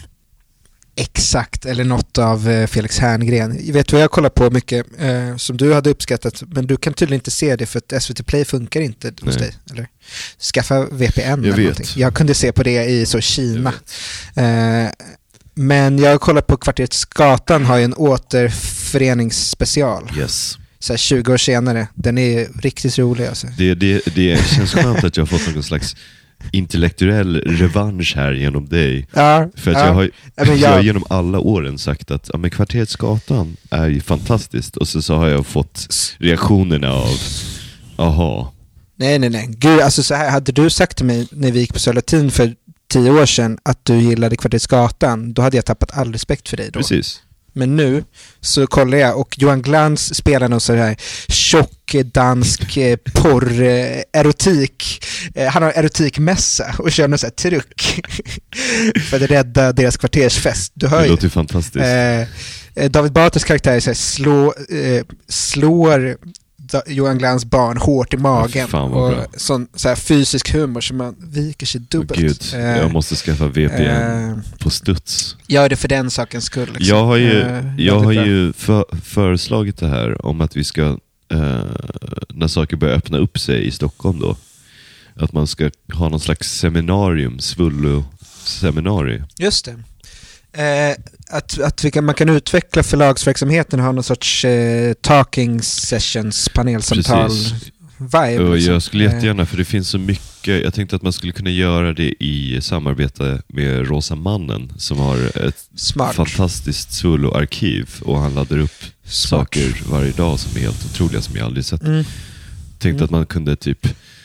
Exakt, eller något av eh, Felix Herngren. Jag vet vad jag kollar på mycket eh, som du hade uppskattat, men du kan tydligen inte se det för att S V T Play funkar inte hos dig, eller? Skaffa V P N
Jag
eller
vet.
någonting. Jag kunde se på det i så Kina. Eh, men jag kollar på Kvarteret Skatan har ju en återföreningsspecial.
Yes.
Så här tjugo år senare. Den är riktigt rolig alltså.
Det, det, det känns skönt att jag har fått någon slags intellektuell revansch här genom dig.
Ja,
För att
ja.
jag, har,
Ja, men
jag...
jag-
har genom alla åren sagt att ja, men Kvarteret Skatan är ju fantastiskt. Och så, så har jag fått reaktionerna av aha.
Nej, nej, nej. Gud, alltså så här, hade du sagt till mig när vi gick på Sölatin för tio år sedan att du gillade Kvarteret Skatan, då hade jag tappat all respekt för dig då.
Precis.
Men nu så kollar jag och Johan Glans spelar någon så här tjock dansk eh, porr eh, erotik. Eh, han har erotikmässa och kör någon så här truck för att rädda deras kvartersfest. Du hör
Det
ju.
låter ju fantastiskt.
Eh, eh, David Batras karaktär är så här, slå, eh, slår Da- Johan Glans barn hårt i magen.
Ja, fan vad
och
bra.
sån så här fysisk humor som man viker sig dubbelt.
Gud,
Eh,
jag måste skaffa V P N
eh,
på studs.
Gör det för den sakens skull. Liksom.
Jag har ju,
Eh,
jag har
väldigt bra.
ju för, föreslagit det här om att vi ska, eh, när saker börjar öppna upp sig i Stockholm då, att man ska ha någon slags seminarium, svullo-seminarium.
Just det. Eh, att att vi kan, man kan utveckla förlagsverksamheten och ha någon sorts eh, talking sessions, panelsamtal
Precis.
vibe.
Och
liksom.
jag skulle
Eh,
jättegärna, för det finns så mycket, jag tänkte att man skulle kunna göra det i samarbete med Rosa Mannen som har ett
Smart.
fantastiskt svullo-arkiv och han laddar upp
Smart.
saker varje dag som är helt otroliga som jag aldrig sett.
Mm.
Tänkte
Mm.
att man kunde typ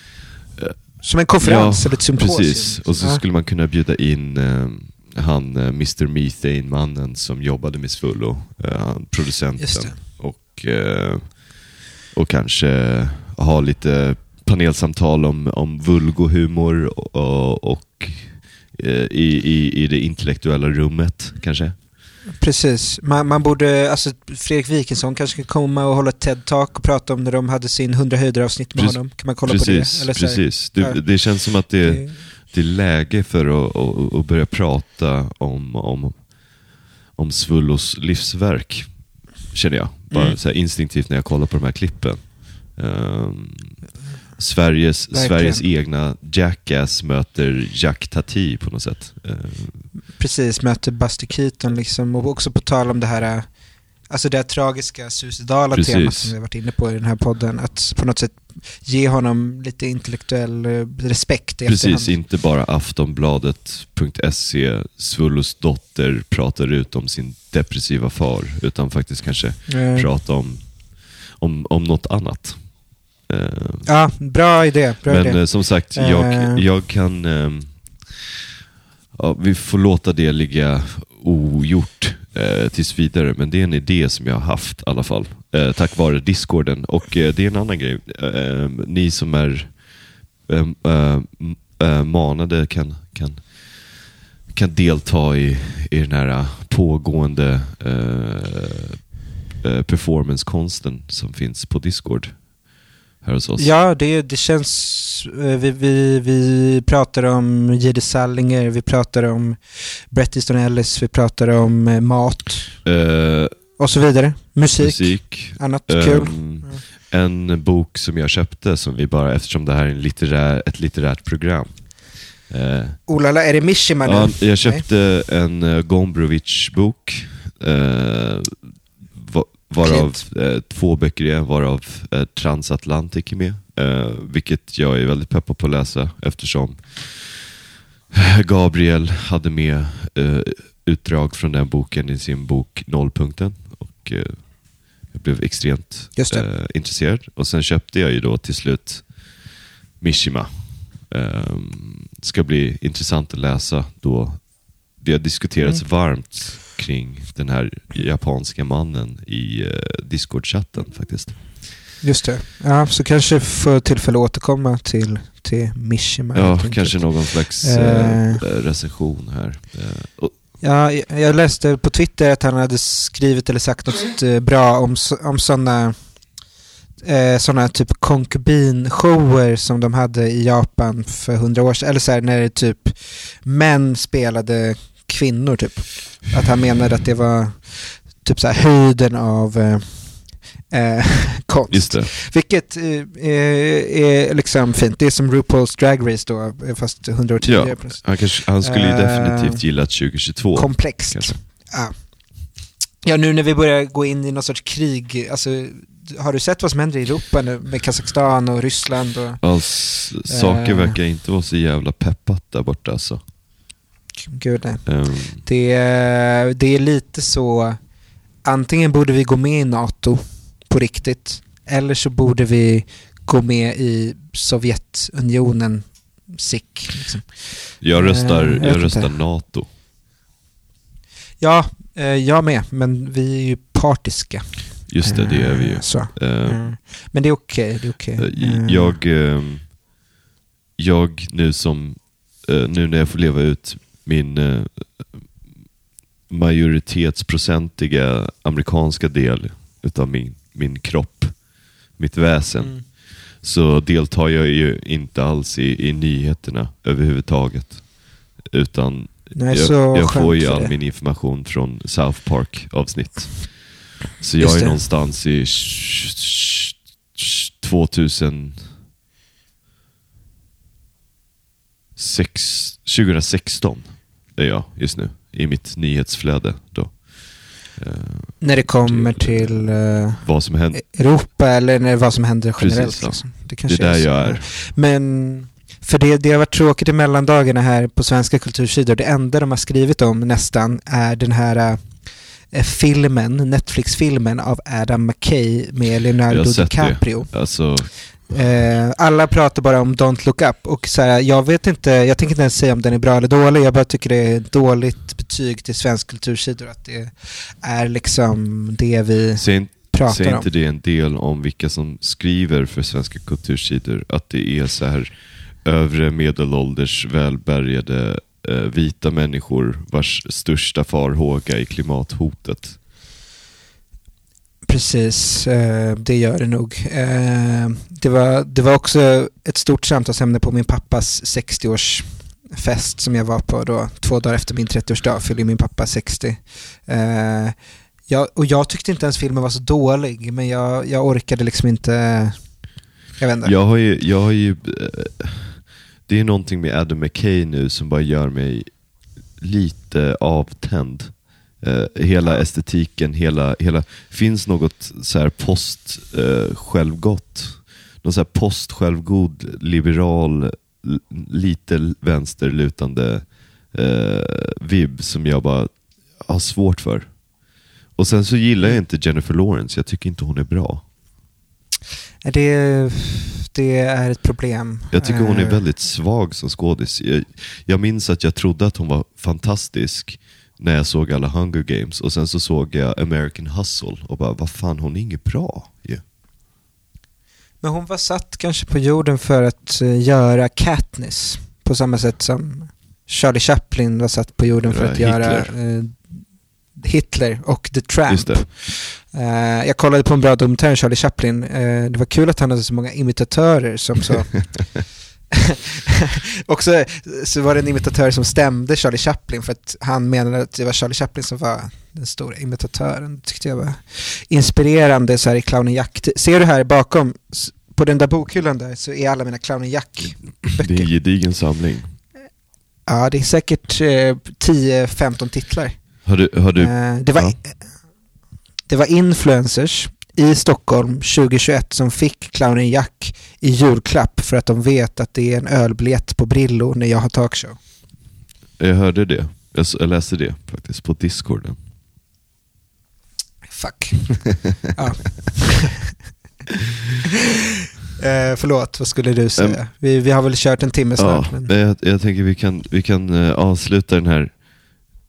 Som en konferens
Ja,
eller ett symposium.
precis. Och så
Ja.
skulle man kunna bjuda in eh, han eh, mister Methane-mannen som jobbade med Svullo, eh, han
Just
producenten.
det.
Och, eh, och kanske ha lite panelsamtal om, om vulgohumor och, och, och eh, i, i, i det intellektuella rummet kanske.
Precis. Man, man borde, alltså Fredrik Wikingsson kanske kan komma och hålla ett TED-talk och prata om när de hade sin hundra höjder-avsnitt med
Precis.
honom. Kan man kolla
Precis,
på det? Eller så här,
precis. Det,
ja.
det känns som att det,
det-
det är läge för att, att, att börja prata om, om, om Svullos livsverk, känner jag. Bara
Mm.
så här instinktivt när jag kollar på de här klippen. Um, Sveriges,
Verkligen.
Sveriges egna Jackass möter Jack Tati på något sätt. Uh,
Precis, möter Buster Keaton liksom, och också på tal om det här, alltså det här tragiska suicidala
Precis.
temat som vi har varit inne på i den här podden, att på något sätt ge honom lite intellektuell eh, respekt i
precis,
efterhand.
inte bara aftonbladet punkt se Svullos dotter pratar ut om sin depressiva far, utan faktiskt kanske
Eh,
prata om, om, om något annat. Uh,
ja, bra idé, bra
Men
idé.
eh, som sagt,
Eh.
jag, jag kan... ehm, ja, vi får låta det ligga ogjort eh, tills vidare, men det är en idé som jag har haft i alla fall. Eh, tack vare Discorden. Och eh, det är en annan grej. Eh, ni som är eh, eh, eh, manade kan, kan, kan delta i, i den här pågående eh, eh, performancekonsten som finns på Discord här hos oss.
Ja, det, det känns... eh, Vi, vi, vi pratar om J D Sallinger, vi pratar om Bret Easton Ellis, vi pratar om eh, mat
Eh,
och så vidare. Musik,
musik.
annat
Ehm,
kul.
En bok som jag köpte som vi bara, eftersom det här är en litterär, ett litterärt program. Eh,
Olala, är det Mishima nu?
ja, jag köpte en uh, Gombrowicz-bok. Eh, va, varav eh, två böcker är, varav eh, Transatlantic är med. Eh, vilket jag är väldigt peppad på att läsa eftersom Gabriel hade med eh, utdrag från den boken i sin bok Nollpunkten. Och eh, jag blev extremt
Just det.
eh, intresserad. Och sen köpte jag ju då till slut Mishima. Eh, ska bli intressant att läsa då Det har diskuterats
Mm.
varmt kring den här japanska mannen i uh, Discord-chatten faktiskt.
Just det. Ja, så kanske får tillfälle att återkomma till, till Mishima.
Ja, kanske någon slags uh, uh, recension här. Uh, och
Ja, jag läste på Twitter att han hade skrivit eller sagt något bra om, om sådana eh, såna typ konkubinshower som de hade i Japan för hundra år sedan. Eller så här, när det typ män spelade kvinnor typ. Att han menade att det var typ så här höjden av eh, eh, konst.
Just det.
Vilket eh, är liksom fint. Det är som RuPaul's Drag Race då, fast hundra år tidigare.
Ja, han, kanske, han skulle ju uh, definitivt gilla tjugo tjugotvå.
Komplext. Ja. Ja, nu när vi börjar gå in i någon sorts krig, alltså, har du sett vad som händer i Europa nu med Kazakstan och Ryssland? Och,
alltså, saker uh, verkar inte vara så jävla peppat där borta alltså.
Gud nej.
Um.
Det, det är lite så, antingen borde vi gå med i NATO på riktigt, eller så borde vi gå med i Sovjetunionen S I C liksom.
Jag röstar,
uh, jag
jag röstar NATO.
Ja, uh, jag med, men vi är ju partiska.
Just det, det är vi ju.
Så.
Uh,
mm. Men det är okej, det är okej.
Uh, jag, uh, jag nu som uh, nu när jag får leva ut min uh, majoritetsprocentiga amerikanska del utav min, min kropp, mitt väsen, mm. så deltar jag ju inte alls i, i nyheterna överhuvudtaget, utan
Nej,
jag, jag får ju all det. min information från South Park avsnitt. Så jag är någonstans i tjugohundrasexton är jag just nu i mitt nyhetsflöde då. Uh,
när det kommer till uh,
vad som händer
Europa eller när vad som händer generellt.
Precis, ja.
Liksom. Det kanske
det är där
är
jag är.
Men för det, det har varit tråkigt i mellandagarna här på svenska kultursidor. Det enda de har skrivit om nästan är den här uh, filmen, Netflix-filmen av Adam McKay med Leonardo DiCaprio.
Alltså
Eh, alla pratar bara om Don't Look Up och så här, jag vet inte, jag tänker inte ens säga om den är bra eller dålig, jag bara tycker det är ett dåligt betyg till svensk kultursidor att det är liksom det vi
Sen,
pratar
säg
om.
inte det en del om vilka som skriver för svenska kultursidor, att det är så här övre medelålders välbärgade eh, vita människor vars största farhåga är klimathotet.
Precis, det gör det nog. Det var, det var också ett stort samtalsämne på min pappas sextioårsfest som jag var på då, två dagar efter min trettioårsdag fyllde min pappa sextio. Jag, och jag tyckte inte ens filmen var så dålig, men jag, jag orkade liksom inte, jag vet inte.
Jag har ju, jag har ju det är någonting med Adam McKay nu som bara gör mig lite avtänd. Uh, hela estetiken, hela, hela finns något så här post uh, självgott, någon så här post självgod liberal l- lite vänsterlutande uh, vibb som jag bara har svårt för. Och sen så gillar jag inte Jennifer Lawrence, jag tycker inte hon är bra.
Det, det är ett problem.
Jag tycker hon är väldigt svag som skådis. Jag, jag minns att jag trodde att hon var fantastisk när jag såg alla Hunger Games, och sen så såg jag American Hustle och bara, vad fan, hon är inget bra. Yeah.
Men hon var satt kanske på jorden för att uh, göra Katniss på samma sätt som Charlie Chaplin var satt på jorden för att Hitler. göra uh, Hitler och The Tramp.
Just det.
Uh, jag kollade på en bra dokumentär om Charlie Chaplin. Uh, det var kul att han hade så många imitatörer som så också så var det en imitatör som stämde Charlie Chaplin för att han menade att det var Charlie Chaplin som var den stora imitatören. Det tyckte jag var inspirerande så här i Clownen Jack. Ser du här bakom på den där bokhyllan där så är alla mina Clownen Jack böcker.
Det är en gedigen samling.
Ja, det är säkert eh, tio femton titlar.
Har du, har du...
Eh, det var
ja.
det var influencers i Stockholm tjugohundratjugoett som fick Clownen Jack i julklapp för att de vet att det är en ölbiljett på Brillo när jag har talkshow.
Jag hörde det. Jag läste det faktiskt på Discorden.
Fuck. Ja. eh, förlåt, vad skulle du säga? Um, vi, vi har väl kört en timme snart.
Ja,
men...
jag, jag tänker vi kan, vi kan uh, avsluta den här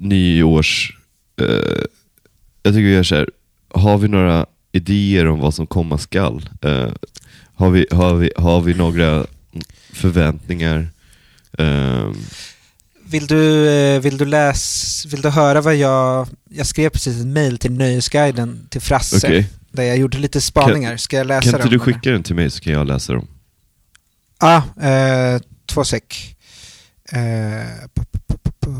nyårs... Uh, jag tycker vi gör så här. Har vi några idéer om vad som komma skall? Uh, har, vi, har, vi, har vi några förväntningar? Uh,
Vill du, vill du läsa, vill du höra vad jag... Jag skrev precis ett mejl till Nöjesguiden, till Frasse.
Okay.
Där jag gjorde lite spaningar. Ska jag läsa
kan
dem?
Kan inte du skicka eller? Den till mig så kan jag läsa dem?
Ja, ah, eh, två sek. Eh, pu, pu, pu, pu.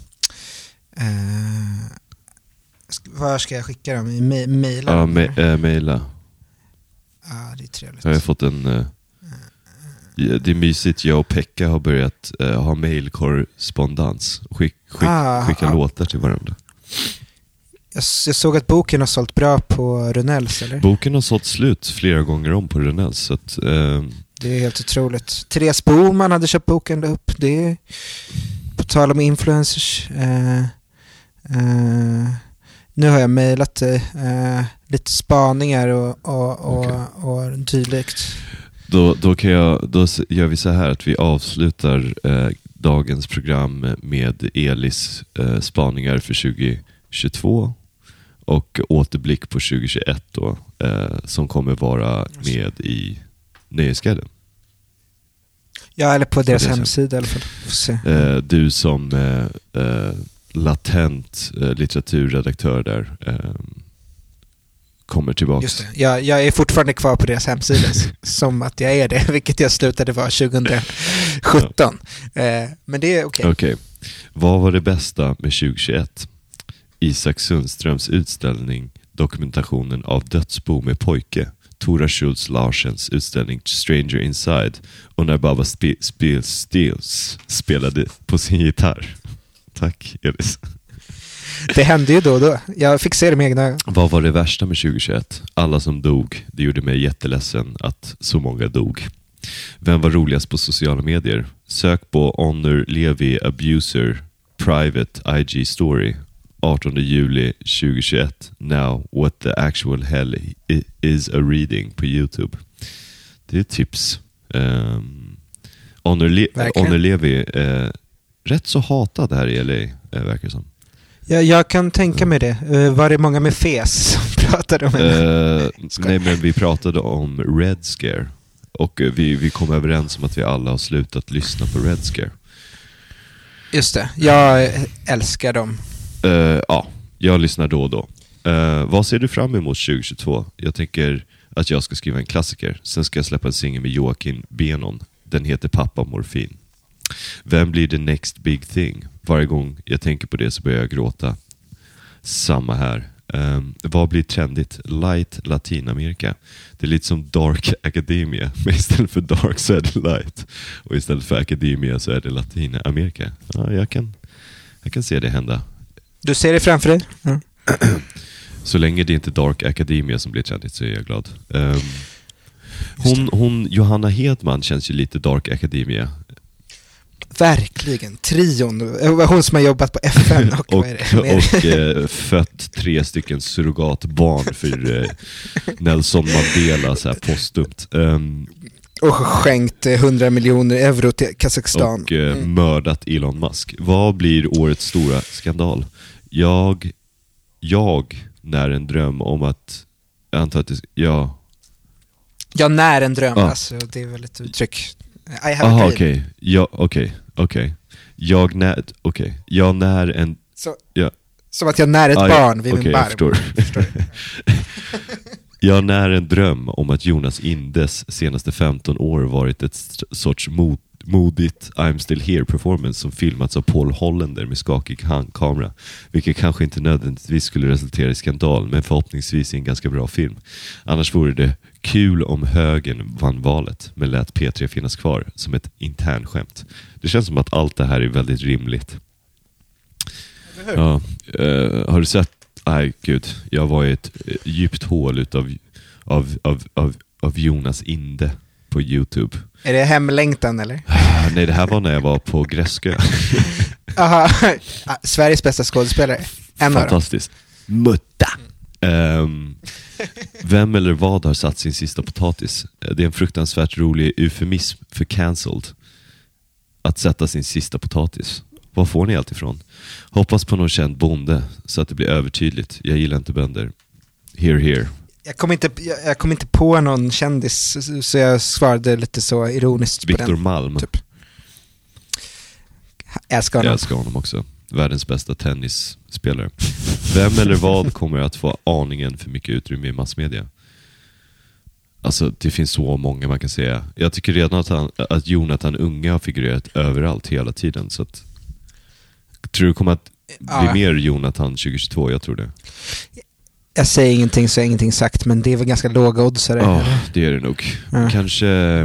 Eh, var ska jag skicka dem? I me- mejla?
Ja, me- äh, mejla.
Ja, ah, det är trevligt.
Jag har fått en... Uh, det är mysigt, jag och Pekka har börjat uh, ha mejlkorrespondens. Skick, skick,
ah,
skicka
ah.
låtar till varandra.
Jag, jag såg att boken har sålt bra på Runells, eller?
Boken har sålt slut flera gånger om på Runells. Så att, uh,
det är helt otroligt. Therese Boman hade köpt boken upp. Det är, på tal om influencers. Uh, uh, nu har jag mejlat dig uh, lite spaningar och, och, och, okay. och, och dylikt.
Då, då, kan jag, då gör vi så här att vi avslutar eh, dagens program med Elis eh, spaningar för tjugo tjugotvå och återblick på tjugo tjugoett då, eh, som kommer vara med i Nöjesguiden.
Ja, eller på deras hemsida i alla fall. Får se.
Eh, du som eh, eh, latent eh, litteraturredaktör där eh, kommer tillbaka.
Just det. Jag, jag är fortfarande kvar på deras hemsida som att jag är det, vilket jag slutade vara tjugohundrasjutton. Ja. Eh, men det är okej.
Okay. Okej. Okay. Vad var det bästa med tjugo tjugoett? Isak Sundströms utställning Dokumentationen av dödsbo med pojke, Tora Schultz Larsens utställning Stranger Inside och när Baba Sp- Sp- Steels spelade på sin gitarr. Tack, Elis.
Det hände ju då och då. Jag fick se det med egna ögon.
Vad var det värsta med tjugo tjugoett? Alla som dog. Det gjorde mig jätteledsen att så många dog. Vem var roligast på sociala medier? Sök på Honor Levi Abuser Private I G Story artonde juli tjugo tjugoett. Now what the actual hell is a reading på YouTube. Det är tips. Um, Honor, Le- Honor Levi eh, rätt så hatad här i L A eh, verkar som.
Ja, jag kan tänka mig det. Uh, var det många med fes som pratade om det?
Uh, nej, men vi pratade om Red Scare. Och uh, vi, vi kom överens om att vi alla har slutat lyssna på Red Scare.
Just det. Jag älskar dem.
Uh, ja, jag lyssnar då och då. Uh, vad ser du fram emot tjugo tjugotvå? Jag tänker att jag ska skriva en klassiker. Sen ska jag släppa en singel med Joakim Benon. Den heter Pappa Morfin. Vem blir the next big thing? Varje gång jag tänker på det så börjar jag gråta. Samma här. Um, vad blir trendigt? Light Latinamerika. Det är lite som Dark Academia. Men istället för Dark så är det Light. Och istället för Academia så är det Latinamerika. Ja, jag kan, jag kan se det hända.
Du ser det framför dig? Mm.
Så länge det inte är Dark Academia som blir trendigt så är jag glad. Um, hon, hon, Johanna Hedman känns ju lite Dark Academia.
Verkligen, trion. Hon som har jobbat på F N och,
och,
och,
och eh, fött tre stycken surrogatbarn för eh, Nelson Mandela så här postumt. Um,
och skänkt hundra miljoner euro till Kazakstan.
Och eh, mm. mördat Elon Musk. Vad blir årets stora skandal? Jag, jag när en dröm om att, jag antar att det, ja.
Jag när en dröm,
ah.
alltså, det är väl ett uttryck. I have
Aha,
a
okej. Okay. Ja, okej. Okay. Okej. Okay. Jag när, okej. Okay. Jag när en...
Så,
ja.
Som att jag när ett
ah,
barn
ja.
vid
okay,
min barm.
Jag förstår. förstår. Jag när en dröm om att Jonas Indes senaste femton år varit ett sorts mod, modigt I'm still here performance som filmats av Paul Hollander med skakig handkamera, vilket kanske inte nödvändigtvis skulle resultera i skandal, men förhoppningsvis i en ganska bra film. Annars vore det kul om högern vann valet, men lät P tre finnas kvar som ett internskämt. Det känns som att allt det här är väldigt rimligt. Ja, uh, har du sett? Nej, gud. Jag var i ett uh, djupt hål utav, av, av, av, av Jonas Inde på YouTube.
Är det hemlängtan eller?
Uh, nej, det här var när jag var på Gräskö.
Aha. Sveriges bästa skådespelare. En
Fantastiskt. Mutta. Um, vem eller vad har satt sin sista potatis? Det är en fruktansvärt rolig eufemism för cancelled. Att sätta sin sista potatis. Var får ni allt ifrån? Hoppas på någon känd bonde så att det blir övertydligt. Jag gillar inte bönder. Here, here.
Jag kom inte, jag, jag kom inte på någon kändis, så jag svarade lite så ironiskt
Victor
på den.
Malm.
Typ. Jag älskar honom.
Jag älskar honom också. Världens bästa tennisspelare. Vem eller vad kommer att få aningen för mycket utrymme i massmedia? Alltså, det finns så många man kan säga. Jag tycker redan att, han, att Jonathan Unge har figurerat överallt hela tiden. Så att, tror du kommer att bli
Ja.
mer Jonathan tjugohundratjugotvå? Jag tror det.
Jag säger ingenting så jag har ingenting sagt, men det är väl ganska låga odds.
Ja, det är det nog.
Ja.
Kanske...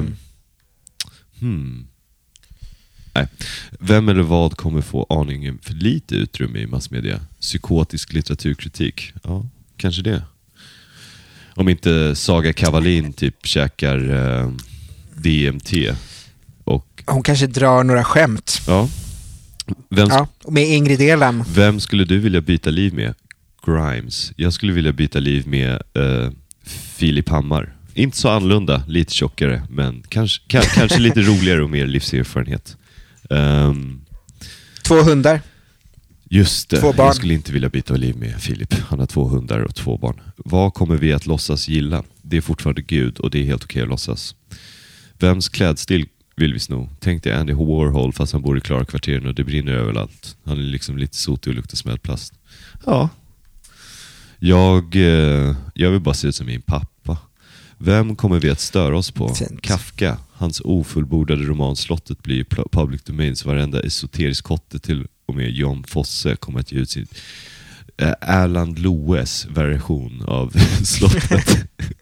Hmm... Nej. Vem eller vad kommer få aningen för lite utrymme i massmedia? Psykotisk litteraturkritik? Ja, kanske det. Om inte Saga Kavalin typ käkar eh, D M T. Och,
Hon kanske drar några skämt.
ja. Vem,
Ja, med Ingrid Elam.
vem skulle du vilja byta liv med? Grimes. Jag skulle vilja byta liv med eh, Filip Hammar. Inte så annorlunda, lite tjockare, men kanske, kan, kanske lite roligare och mer livserfarenhet. Um,
Två hundar.
Just det,
Två barn.
jag skulle inte vilja byta liv med Filip. Han har två hundar och två barn. Vad kommer vi att låtsas gilla? Det är fortfarande Gud och det är helt okej att låtsas. Vems klädstil vill vi sno? Tänk dig Andy Warhol fast han bor i Klarakvarteren och det brinner överallt. Han är liksom lite sotig och luktar smältplast. Ja. Jag, eh, jag vill bara se ut som min pappa. Vem kommer vi att störa oss på?
Fint.
Kafka. Hans ofullbordade roman Slottet blir public domain, så varenda esoterisk kotte till och med John Fosse kommer att ge ut sin äh, Erland Loes version av Slottet.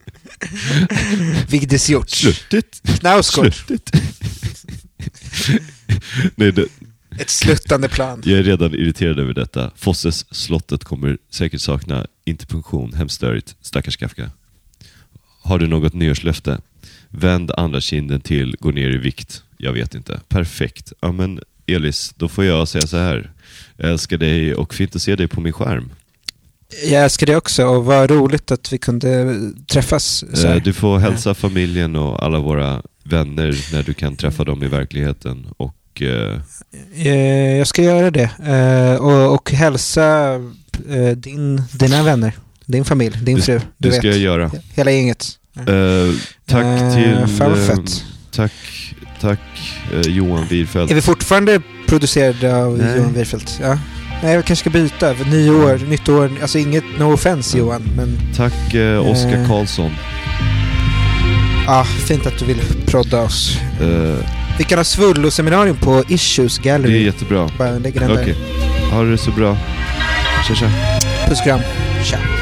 Vigdis Hjort.
Sluttet.
Knausgård.
Sluttet. Nej, det,
Ett sluttande plan.
jag är redan irriterad över detta. Fosses Slottet kommer säkert sakna interpunktion. Hemskt störigt. Stackars Kafka. Har du något nyårslöfte? Vänd andra kinden till, gå ner i vikt. Jag vet inte. Perfekt. Ja men Elis, då får jag säga så här. Jag älskar dig och fint att se dig på min skärm.
Jag älskar det också och vad roligt att vi kunde träffas. Så här.
Eh, Du får hälsa familjen och alla våra vänner när du kan träffa dem i verkligheten. Och eh,
Eh, Jag ska göra det. Eh, Och, och hälsa eh, din, dina vänner, din familj, din
Det-
fru. Du
det
vet.
ska jag göra.
Hela gänget.
Eh, tack
Eh,
till
fan vad
eh,
fett.
Tack, tack eh, Johan Wirfeldt.
Är vi fortfarande producerade av
Nej.
Johan Wirfeldt? Ja. Nej, jag kanske ska byta. Nyår, nytt år. Alltså inget no offense Johan, men
Tack eh, Oskar
Eh.
Karlsson.
ja, fint att du vill prodda oss.
Eh,
Vi kan ha Svullo-seminarium på Issues
det är
Gallery.
jättebra.
Bara lägger den
Okej,
där.
ha det så bra. Tja tja.
Puss kram. Tja.